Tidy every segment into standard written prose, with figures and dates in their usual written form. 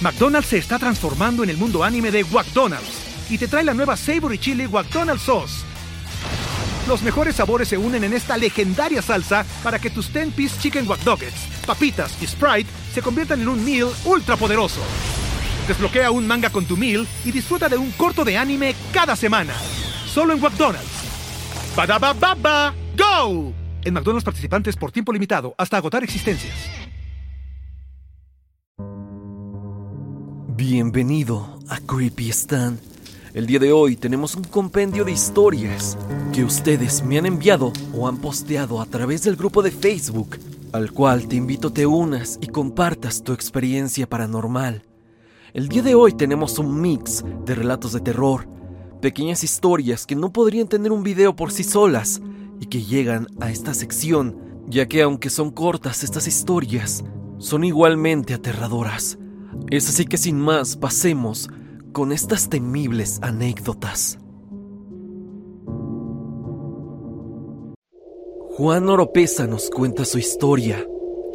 McDonald's se está transformando en el mundo anime de McDonald's y te trae la nueva Savory Chili McDonald's Sauce. Los mejores sabores se unen en esta legendaria salsa para que tus 10-piece chicken wack nuggets, papitas y Sprite se conviertan en un meal ultra poderoso. Desbloquea un manga con tu meal y disfruta de un corto de anime cada semana. Solo en McDonald's. ¡Badabababa! ¡Go! En McDonald's participantes por tiempo limitado hasta agotar existencias. Bienvenido a Creepy Stan. El día de hoy tenemos un compendio de historias que ustedes me han enviado o han posteado a través del grupo de Facebook, al cual te invito te unas y compartas tu experiencia paranormal. El día de hoy tenemos un mix de relatos de terror, pequeñas historias que no podrían tener un video por sí solas y que llegan a esta sección, ya que aunque son cortas estas historias, son igualmente aterradoras. Es así que sin más, pasemos con estas temibles anécdotas. Juan Oropesa nos cuenta su historia.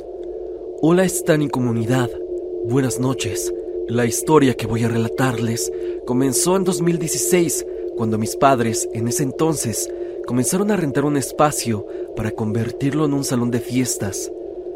Hola Stan y comunidad, buenas noches. La historia que voy a relatarles comenzó en 2016, cuando mis padres, en ese entonces, comenzaron a rentar un espacio para convertirlo en un salón de fiestas.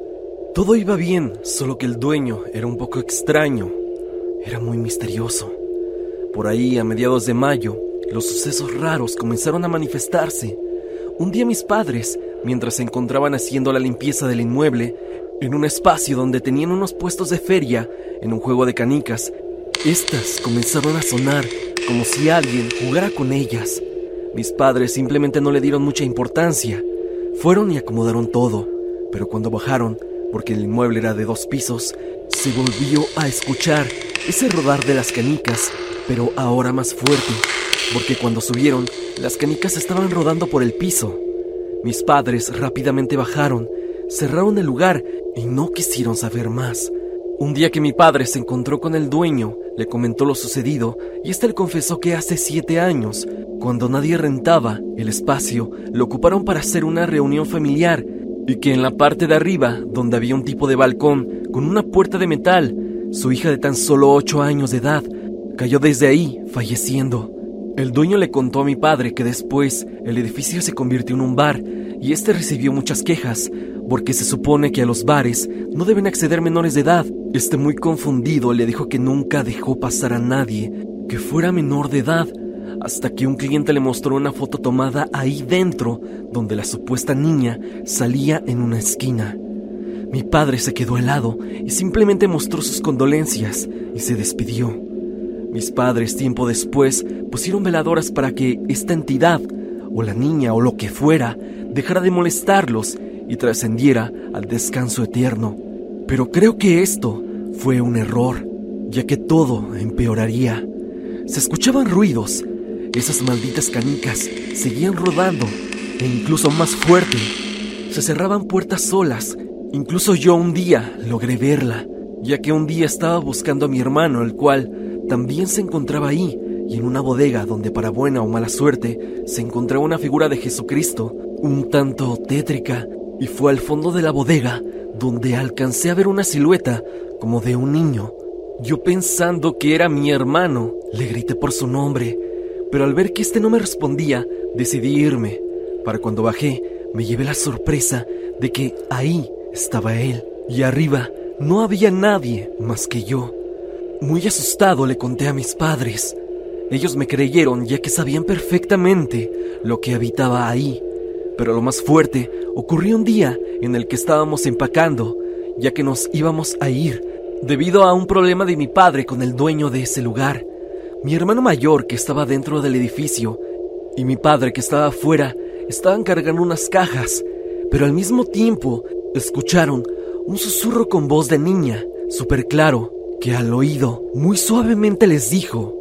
Todo iba bien, solo que el dueño era un poco extraño. Era muy misterioso. Por ahí, a mediados de mayo, los sucesos raros comenzaron a manifestarse. Un día mis padres, mientras se encontraban haciendo la limpieza del inmueble, en un espacio donde tenían unos puestos de feria, en un juego de canicas, estas comenzaron a sonar como si alguien jugara con ellas. Mis padres simplemente no le dieron mucha importancia. Fueron y acomodaron todo, pero cuando bajaron, porque el inmueble era de 2 pisos, se volvió a escuchar ese rodar de las canicas, pero ahora más fuerte, porque cuando subieron, las canicas estaban rodando por el piso. Mis padres rápidamente bajaron, cerraron el lugar y no quisieron saber más. Un día que mi padre se encontró con el dueño, le comentó lo sucedido y éste le confesó que hace 7 años, cuando nadie rentaba el espacio, lo ocuparon para hacer una reunión familiar y que en la parte de arriba, donde había un tipo de balcón con una puerta de metal, su hija de tan solo 8 años de edad cayó desde ahí, falleciendo. El dueño le contó a mi padre que después el edificio se convirtió en un bar y este recibió muchas quejas porque se supone que a los bares no deben acceder menores de edad. Muy confundido le dijo que nunca dejó pasar a nadie que fuera menor de edad, hasta que un cliente le mostró una foto tomada ahí dentro, donde la supuesta niña salía en una esquina. Mi padre se quedó helado y simplemente mostró sus condolencias y se despidió. Mis padres, tiempo después, pusieron veladoras para que esta entidad, o la niña o lo que fuera, dejara de molestarlos y trascendiera al descanso eterno. Pero creo que esto fue un error, ya que todo empeoraría. Se escuchaban ruidos. Esas malditas canicas seguían rodando, e incluso más fuerte. Se cerraban puertas solas. Incluso yo un día logré verla, ya que un día estaba buscando a mi hermano, el cual también se encontraba ahí, y en una bodega donde para buena o mala suerte se encontraba una figura de Jesucristo, un tanto tétrica, y fue al fondo de la bodega donde alcancé a ver una silueta como de un niño. Yo, pensando que era mi hermano, le grité por su nombre, pero al ver que no me respondía, decidí irme. Para cuando bajé, me llevé la sorpresa de que ahí estaba él, y arriba no había nadie más que yo. Muy asustado le conté a mis padres. Ellos me creyeron, ya que sabían perfectamente lo que habitaba ahí. Pero lo más fuerte ocurrió un día en el que estábamos empacando, ya que nos íbamos a ir, debido a un problema de mi padre con el dueño de ese lugar. Mi hermano mayor, que estaba dentro del edificio, y mi padre, que estaba afuera, estaban cargando unas cajas, pero al mismo tiempo escucharon un susurro con voz de niña, súper claro, que al oído muy suavemente les dijo: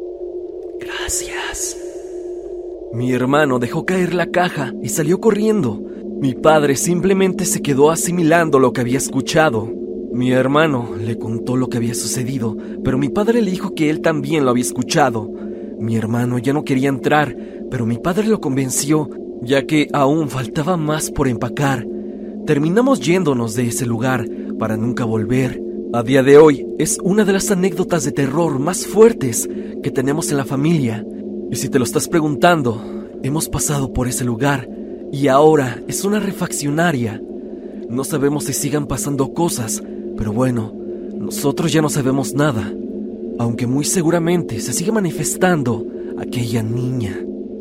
«Gracias». Mi hermano dejó caer la caja y salió corriendo. Mi padre simplemente se quedó asimilando lo que había escuchado. Mi hermano le contó lo que había sucedido, pero mi padre le dijo que él también lo había escuchado. Mi hermano ya no quería entrar, pero mi padre lo convenció, ya que aún faltaba más por empacar. Terminamos yéndonos de ese lugar para nunca volver, A día de hoy es una de las anécdotas de terror más fuertes que tenemos en la familia. Y si te lo estás preguntando, hemos pasado por ese lugar y ahora es una refaccionaria. No sabemos si sigan pasando cosas, pero bueno, nosotros ya no sabemos nada, aunque muy seguramente se sigue manifestando aquella niña.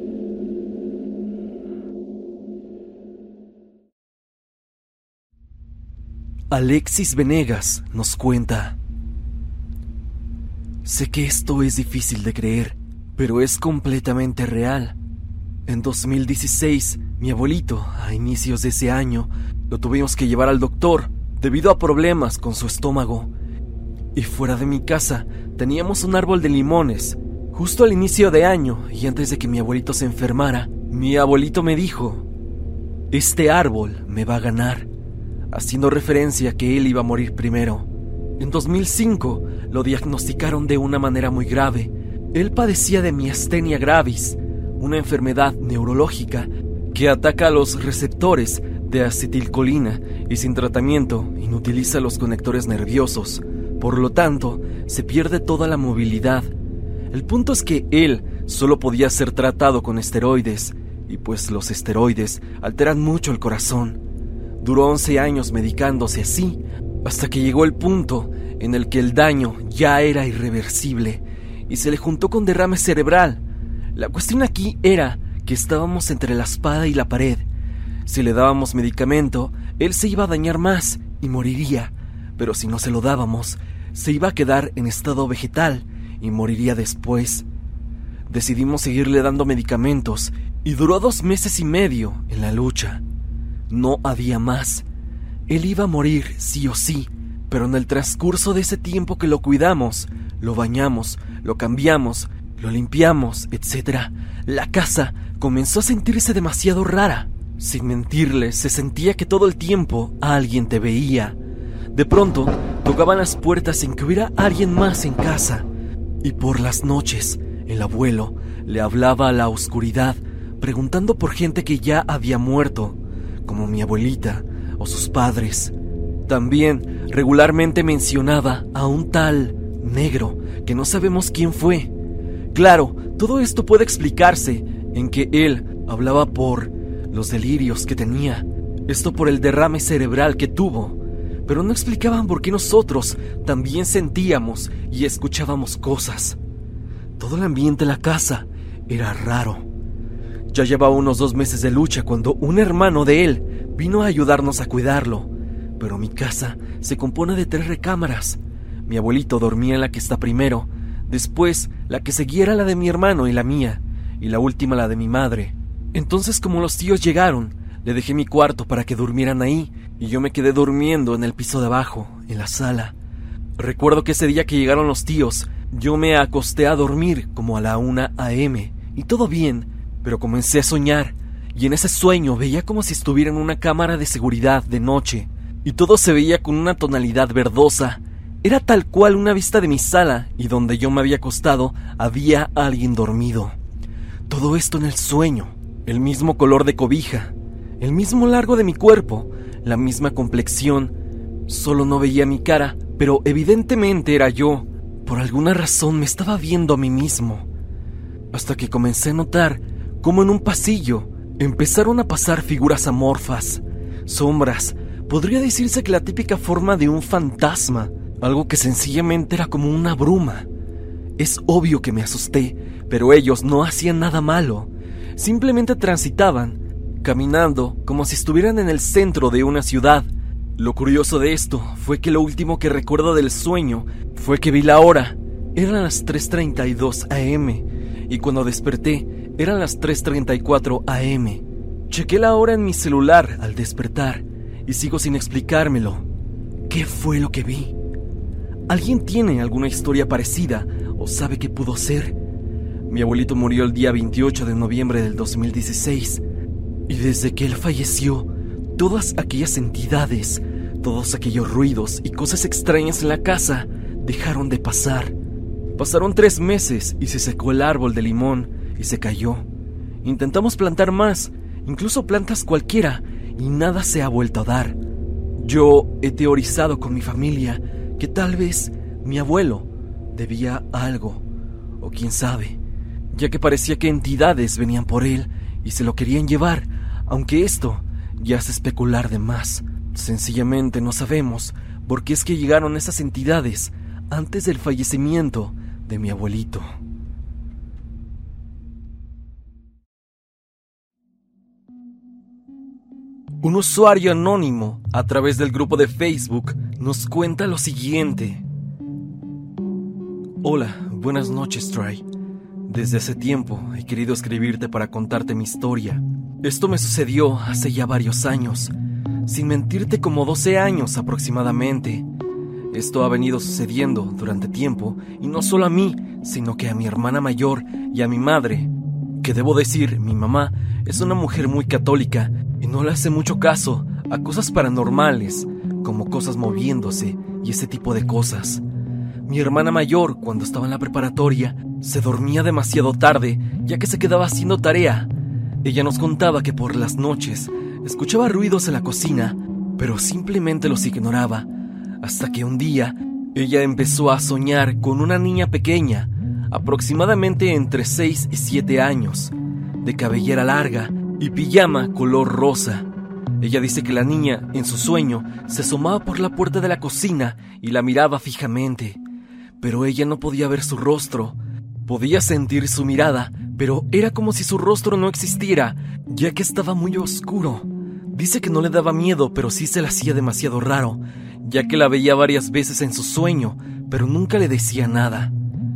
Alexis Venegas nos cuenta: sé que esto es difícil de creer, pero es completamente real. En 2016, mi abuelito, a inicios de ese año, lo tuvimos que llevar al doctor debido a problemas con su estómago. Y fuera de mi casa teníamos un árbol de limones. Justo al inicio de año y antes de que mi abuelito se enfermara, mi abuelito me dijo: este árbol me va a ganar, haciendo referencia a que él iba a morir primero. En 2005 lo diagnosticaron de una manera muy grave. Él padecía de miastenia gravis, una enfermedad neurológica que ataca a los receptores de acetilcolina y sin tratamiento inutiliza los conectores nerviosos. Por lo tanto, se pierde toda la movilidad. El punto es que él solo podía ser tratado con esteroides, y pues los esteroides alteran mucho el corazón. Duró 11 años medicándose así, hasta que llegó el punto en el que el daño ya era irreversible y se le juntó con derrame cerebral. La cuestión aquí era que estábamos entre la espada y la pared. Si le dábamos medicamento, él se iba a dañar más y moriría, pero si no se lo dábamos, se iba a quedar en estado vegetal y moriría después. Decidimos seguirle dando medicamentos y duró 2 meses y medio en la lucha. No había más. Él iba a morir sí o sí, pero en el transcurso de ese tiempo que lo cuidamos, lo bañamos, lo cambiamos, lo limpiamos, etc., la casa comenzó a sentirse demasiado rara. Sin mentirle, se sentía que todo el tiempo alguien te veía. De pronto, tocaban las puertas sin que hubiera alguien más en casa. Y por las noches, el abuelo le hablaba a la oscuridad, preguntando por gente que ya había muerto, como mi abuelita o sus padres. También regularmente mencionaba a un tal negro que no sabemos quién fue. Claro, todo esto puede explicarse en que él hablaba por los delirios que tenía, esto por el derrame cerebral que tuvo, pero no explicaban por qué nosotros también sentíamos y escuchábamos cosas. Todo el ambiente en la casa era raro. Ya llevaba unos 2 meses de lucha cuando un hermano de él vino a ayudarnos a cuidarlo, pero mi casa se compone de 3 recámaras. Mi abuelito dormía en la que está primero, después la que seguía era la de mi hermano y la mía, y la última la de mi madre. Entonces, como los tíos llegaron, le dejé mi cuarto para que durmieran ahí, y yo me quedé durmiendo en el piso de abajo, en la sala. Recuerdo que ese día que llegaron los tíos, yo me acosté a dormir como a la 1 a.m, y todo bien, pero comencé a soñar, y en ese sueño veía como si estuviera en una cámara de seguridad de noche, y todo se veía con una tonalidad verdosa. Era tal cual una vista de mi sala, y donde yo me había acostado había alguien dormido. Todo esto en el sueño, el mismo color de cobija, el mismo largo de mi cuerpo, la misma complexión. Solo no veía mi cara, pero evidentemente era yo. Por alguna razón me estaba viendo a mí mismo. Hasta que comencé a notar cómo en un pasillo empezaron a pasar figuras amorfas, sombras. Podría decirse que la típica forma de un fantasma, algo que sencillamente era como una bruma. Es obvio que me asusté, pero ellos no hacían nada malo. Simplemente transitaban, caminando como si estuvieran en el centro de una ciudad. Lo curioso de esto fue que lo último que recuerdo del sueño fue que vi la hora. Eran las 3:32 a.m. y cuando desperté eran las 3:34 a.m. Chequé la hora en mi celular al despertar y sigo sin explicármelo. ¿Qué fue lo que vi? ¿Alguien tiene alguna historia parecida o sabe qué pudo ser? Mi abuelito murió el día 28 de noviembre del 2016 y desde que él falleció, todas aquellas entidades, todos aquellos ruidos y cosas extrañas en la casa dejaron de pasar. Pasaron 3 meses y se secó el árbol de limón y se cayó. Intentamos plantar más, incluso plantas cualquiera, y nada se ha vuelto a dar. Yo he teorizado con mi familia que tal vez mi abuelo debía algo, o quién sabe, ya que parecía que entidades venían por él y se lo querían llevar, aunque esto ya es especular de más. Sencillamente no sabemos por qué es que llegaron esas entidades antes del fallecimiento de mi abuelito. Un usuario anónimo a través del grupo de Facebook nos cuenta lo siguiente. Hola, buenas noches, Try. Desde hace tiempo he querido escribirte para contarte mi historia. Esto me sucedió hace ya varios años, sin mentirte como 12 años aproximadamente. Esto ha venido sucediendo durante tiempo, y no solo a mí, sino que a mi hermana mayor y a mi madre, que debo decir, mi mamá es una mujer muy católica y no le hace mucho caso a cosas paranormales, como cosas moviéndose y ese tipo de cosas. Mi hermana mayor, cuando estaba en la preparatoria, se dormía demasiado tarde, ya que se quedaba haciendo tarea. Ella nos contaba que por las noches escuchaba ruidos en la cocina, pero simplemente los ignoraba, hasta que un día ella empezó a soñar con una niña pequeña, aproximadamente entre 6 y 7 años, de cabellera larga y pijama color rosa. Ella dice que la niña, en su sueño, se asomaba por la puerta de la cocina y la miraba fijamente, pero ella no podía ver su rostro. Podía sentir su mirada, pero era como si su rostro no existiera, ya que estaba muy oscuro. Dice que no le daba miedo, pero sí se le hacía demasiado raro, ya que la veía varias veces en su sueño, pero nunca le decía nada.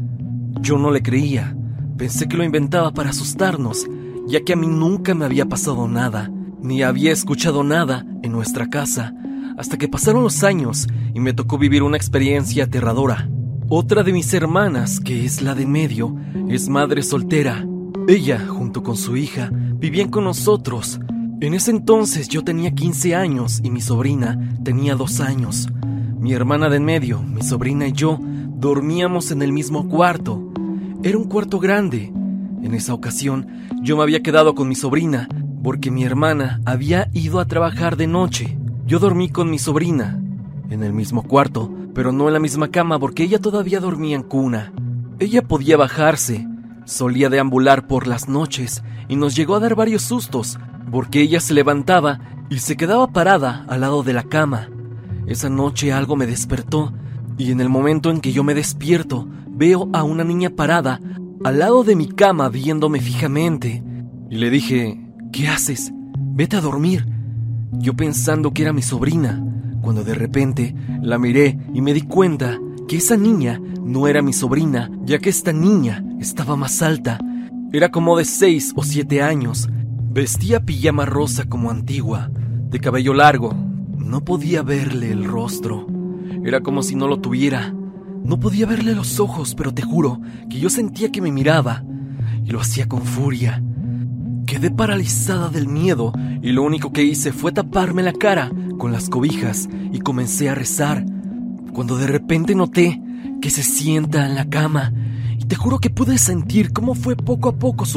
Yo no le creía, pensé que lo inventaba para asustarnos, ya que a mí nunca me había pasado nada, ni había escuchado nada en nuestra casa, hasta que pasaron los años y me tocó vivir una experiencia aterradora. Otra de mis hermanas, que es la de en medio, es madre soltera. Ella, junto con su hija, vivían con nosotros. En ese entonces yo tenía 15 años y mi sobrina tenía 2 años. Mi hermana de en medio, mi sobrina y yo dormíamos en el mismo cuarto. Era un cuarto grande. En esa ocasión yo me había quedado con mi sobrina porque mi hermana había ido a trabajar de noche. Yo dormí con mi sobrina en el mismo cuarto, pero no en la misma cama porque ella todavía dormía en cuna. Ella podía bajarse, solía deambular por las noches y nos llegó a dar varios sustos porque ella se levantaba y se quedaba parada al lado de la cama. Esa noche algo me despertó y en el momento en que yo me despierto veo a una niña parada al lado de mi cama viéndome fijamente y le dije, ¿qué haces? Vete a dormir. Yo pensando que era mi sobrina, cuando de repente la miré y me di cuenta que esa niña no era mi sobrina, ya que esta niña estaba más alta. Era como de 6 o 7 años. Vestía pijama rosa como antigua, de cabello largo. No podía verle el rostro. Era como si no lo tuviera. No podía verle los ojos, pero te juro que yo sentía que me miraba, y lo hacía con furia. Quedé paralizada del miedo y lo único que hice fue taparme la cara con las cobijas y comencé a rezar, cuando de repente noté que se sienta en la cama y te juro que pude sentir cómo fue poco a poco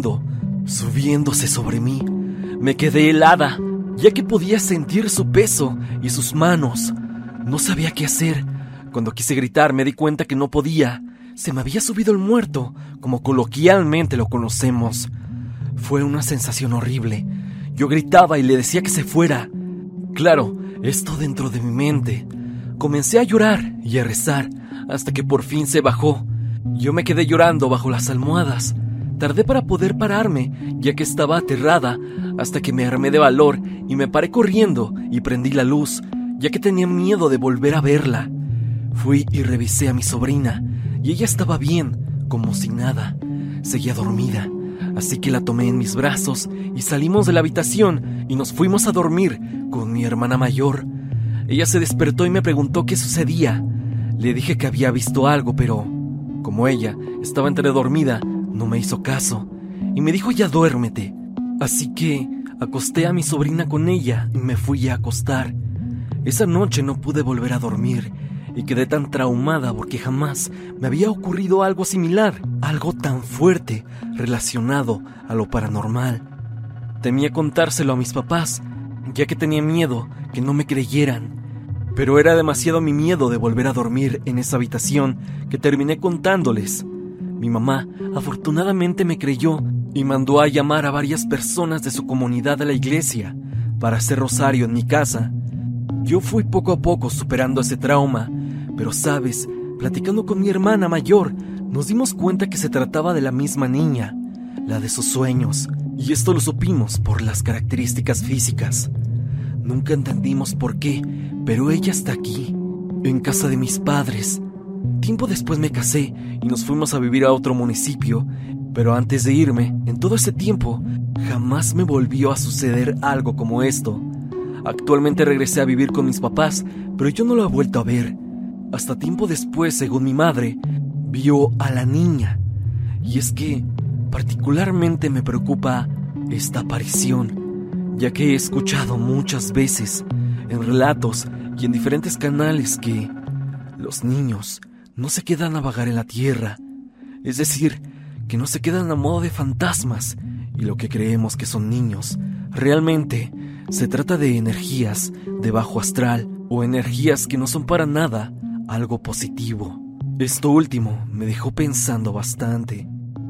subiéndose sobre mí. Me quedé helada, ya que podía sentir su peso y sus manos. No sabía qué hacer. Cuando quise gritar me di cuenta que no podía. Se me había subido el muerto, como coloquialmente lo conocemos. Fue una sensación horrible. Yo gritaba y le decía que se fuera. Claro, esto dentro de mi mente. Comencé a llorar y a rezar hasta que por fin se bajó. Yo me quedé llorando bajo las almohadas. Tardé para poder pararme, ya que estaba aterrada, hasta que me armé de valor y me paré corriendo y prendí la luz, ya que tenía miedo de volver a verla. Fui y revisé a mi sobrina, y ella estaba bien, como si nada. Seguía dormida, así que la tomé en mis brazos y salimos de la habitación y nos fuimos a dormir con mi hermana mayor. Ella se despertó y me preguntó qué sucedía. Le dije que había visto algo, pero como ella estaba entre dormida, no me hizo caso y me dijo ya duérmete. Así que acosté a mi sobrina con ella y me fui a acostar. Esa noche no pude volver a dormir y quedé tan traumada porque jamás me había ocurrido algo similar, algo tan fuerte relacionado a lo paranormal. Temía contárselo a mis papás, ya que tenía miedo que no me creyeran. Pero era demasiado mi miedo de volver a dormir en esa habitación que terminé contándoles. Mi mamá afortunadamente me creyó y mandó a llamar a varias personas de su comunidad a la iglesia para hacer rosario en mi casa. Yo fui poco a poco superando ese trauma, pero sabes, platicando con mi hermana mayor, nos dimos cuenta que se trataba de la misma niña, la de sus sueños, y esto lo supimos por las características físicas. Nunca entendimos por qué, pero ella está aquí, en casa de mis padres. Tiempo después me casé y nos fuimos a vivir a otro municipio, pero antes de irme, en todo ese tiempo, jamás me volvió a suceder algo como esto. Actualmente regresé a vivir con mis papás, pero yo no lo he vuelto a ver. Hasta tiempo después, según mi madre, vio a la niña. Y es que particularmente me preocupa esta aparición, ya que he escuchado muchas veces en relatos y en diferentes canales que los niños no se quedan a vagar en la tierra, es decir, que no se quedan a modo de fantasmas, y lo que creemos que son niños, realmente se trata de energías de bajo astral o energías que no son para nada algo positivo. Esto último me dejó pensando bastante.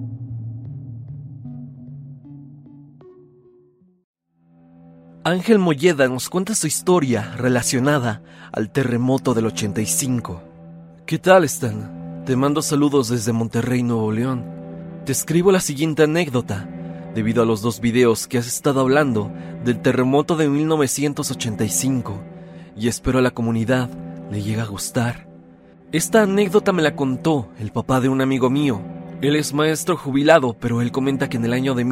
Ángel Molleda nos cuenta su historia relacionada al terremoto del 85. ¿Qué tal están? Te mando saludos desde Monterrey, Nuevo León. Te escribo la siguiente anécdota, debido a los 2 videos que has estado hablando del terremoto de 1985, y espero a la comunidad le llegue a gustar. Esta anécdota me la contó el papá de un amigo mío. Él es maestro jubilado, pero él comenta que en el año de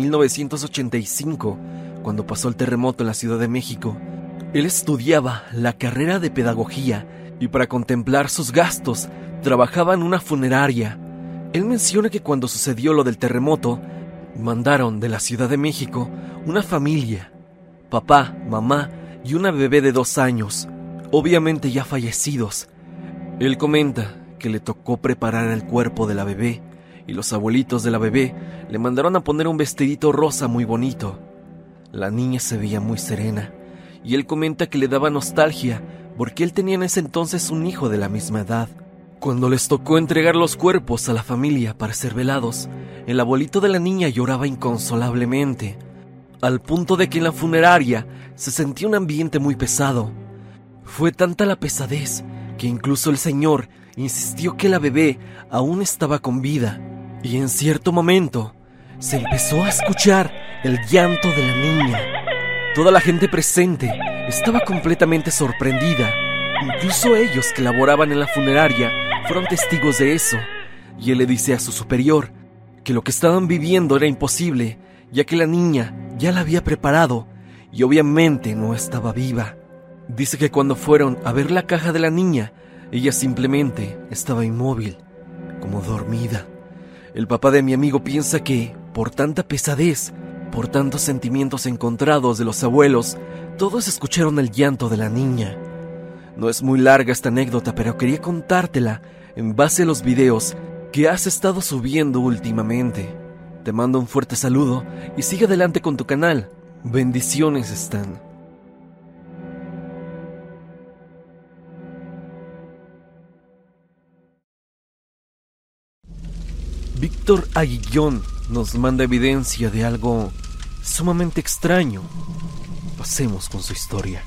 1985, cuando pasó el terremoto en la Ciudad de México, él estudiaba la carrera de pedagogía y para contemplar sus gastos trabajaba en una funeraria. Él menciona que cuando sucedió lo del terremoto, mandaron de la Ciudad de México una familia, papá, mamá y una bebé de 2 años, obviamente ya fallecidos. Él comenta que le tocó preparar el cuerpo de la bebé y los abuelitos de la bebé le mandaron a poner un vestidito rosa muy bonito. La niña se veía muy serena y él comenta que le daba nostalgia porque él tenía en ese entonces un hijo de la misma edad. Cuando les tocó entregar los cuerpos a la familia para ser velados, el abuelito de la niña lloraba inconsolablemente, al punto de que en la funeraria se sentía un ambiente muy pesado. Fue tanta la pesadez que incluso el señor insistió que la bebé aún estaba con vida, y en cierto momento se empezó a escuchar el llanto de la niña. Toda la gente presente estaba completamente sorprendida. Incluso ellos que laboraban en la funeraria fueron testigos de eso, y él le dice a su superior que lo que estaban viviendo era imposible, ya que la niña ya la había preparado y obviamente no estaba viva. Dice que cuando fueron a ver la caja de la niña, ella simplemente estaba inmóvil, como dormida. El papá de mi amigo piensa que, por tanta pesadez, por tantos sentimientos encontrados de los abuelos, todos escucharon el llanto de la niña. No es muy larga esta anécdota, pero quería contártela en base a los videos que has estado subiendo últimamente. Te mando un fuerte saludo y sigue adelante con tu canal. Bendiciones, Stan. Víctor Aguillón nos manda evidencia de algo sumamente extraño. Pasemos con su historia.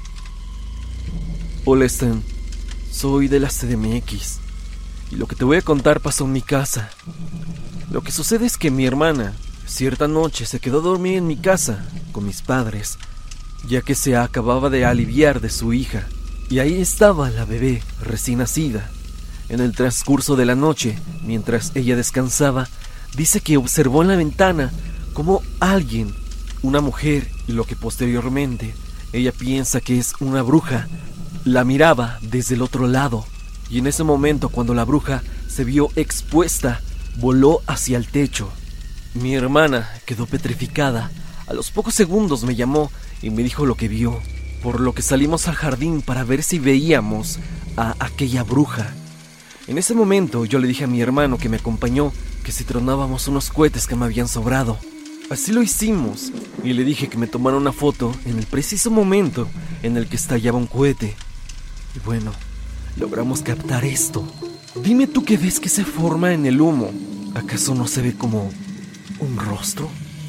Hola Stan, soy de la CDMX y lo que te voy a contar pasó en mi casa. Lo que sucede es que mi hermana cierta noche se quedó dormida en mi casa con mis padres, ya que se acababa de aliviar de su hija, y ahí estaba la bebé recién nacida. En el transcurso de la noche, mientras ella descansaba, dice que observó en la ventana como alguien, una mujer, y lo que posteriormente ella piensa que es una bruja, la miraba desde el otro lado, y en ese momento, cuando la bruja se vio expuesta, voló hacia el techo. Mi hermana quedó petrificada. A los pocos segundos me llamó y me dijo lo que vio, por lo que salimos al jardín para ver si veíamos a aquella bruja. En ese momento yo le dije a mi hermano que me acompañó que si tronábamos unos cohetes que me habían sobrado. Así lo hicimos y le dije que me tomara una foto en el preciso momento en el que estallaba un cohete. Y bueno, logramos captar esto. Dime tú qué ves que se forma en el humo. ¿Acaso no se ve como un rostro?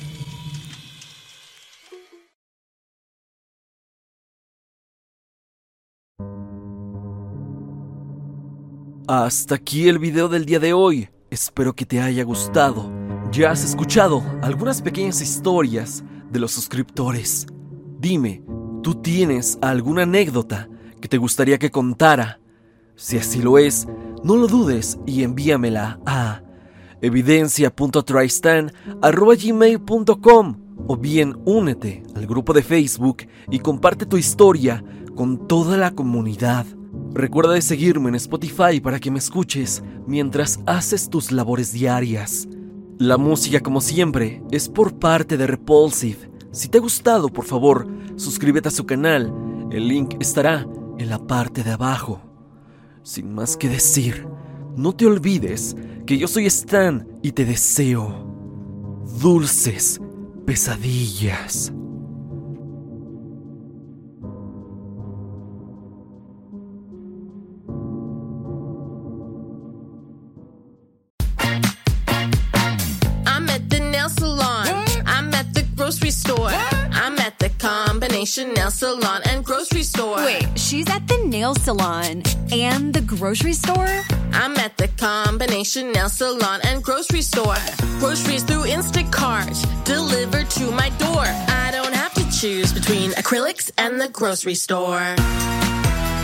Hasta aquí el video del día de hoy. Espero que te haya gustado. Ya has escuchado algunas pequeñas historias de los suscriptores. Dime, ¿tú tienes alguna anécdota que te gustaría que contara? Si así lo es, no lo dudes y envíamela a evidencia.tristan@gmail.com o bien únete al grupo de Facebook y comparte tu historia con toda la comunidad. Recuerda de seguirme en Spotify para que me escuches mientras haces tus labores diarias. La música, como siempre, es por parte de Repulsive. Si te ha gustado, por favor, suscríbete a su canal. El link estará en la parte de abajo. Sin más que decir, no te olvides que yo soy Stan y te deseo dulces pesadillas. Grocery store. I'm at the Combination Nail Salon and Grocery Store. Wait, she's at the nail salon and the grocery store? I'm at the Combination Nail Salon and Grocery Store. Groceries through Instacart, delivered to my door. I don't have to choose between acrylics and the grocery store.